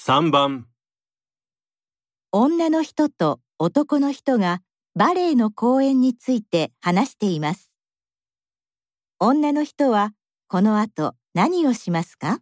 3番、 女の人と男の人がバレエの公演について話しています。女の人はこの後何をしますか？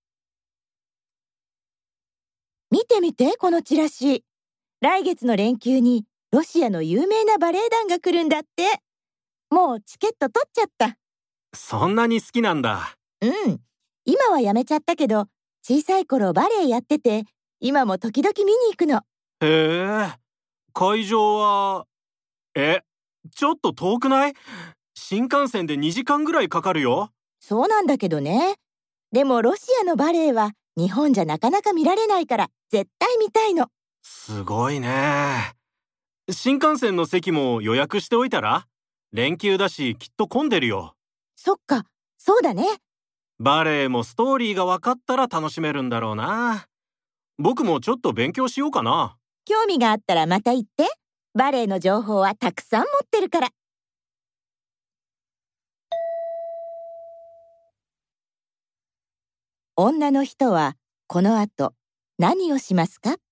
見てみて、このチラシ。来月の連休にロシアの有名なバレエ団が来るんだって。もうチケット取っちゃった。 そんなに好きなんだ。 うん。今はやめちゃったけど、小さい頃バレエやってて、今も時々見に行くの。 へえ、会場は、ちょっと遠くない？新幹線で2時間ぐらいかかるよ。 そうなんだけどね。でもロシアのバレエは日本じゃなかなか見られないから絶対見たいの。 すごいね。新幹線の席も予約しておいたら？連休だしきっと混んでるよ。 そっか、そうだね。 バレエもストーリーが分かったら楽しめるんだろうな。僕もちょっと勉強しようかな。 興味があったらまた言って。バレエの情報はたくさん持ってるから。女の人はこの後何をしますか？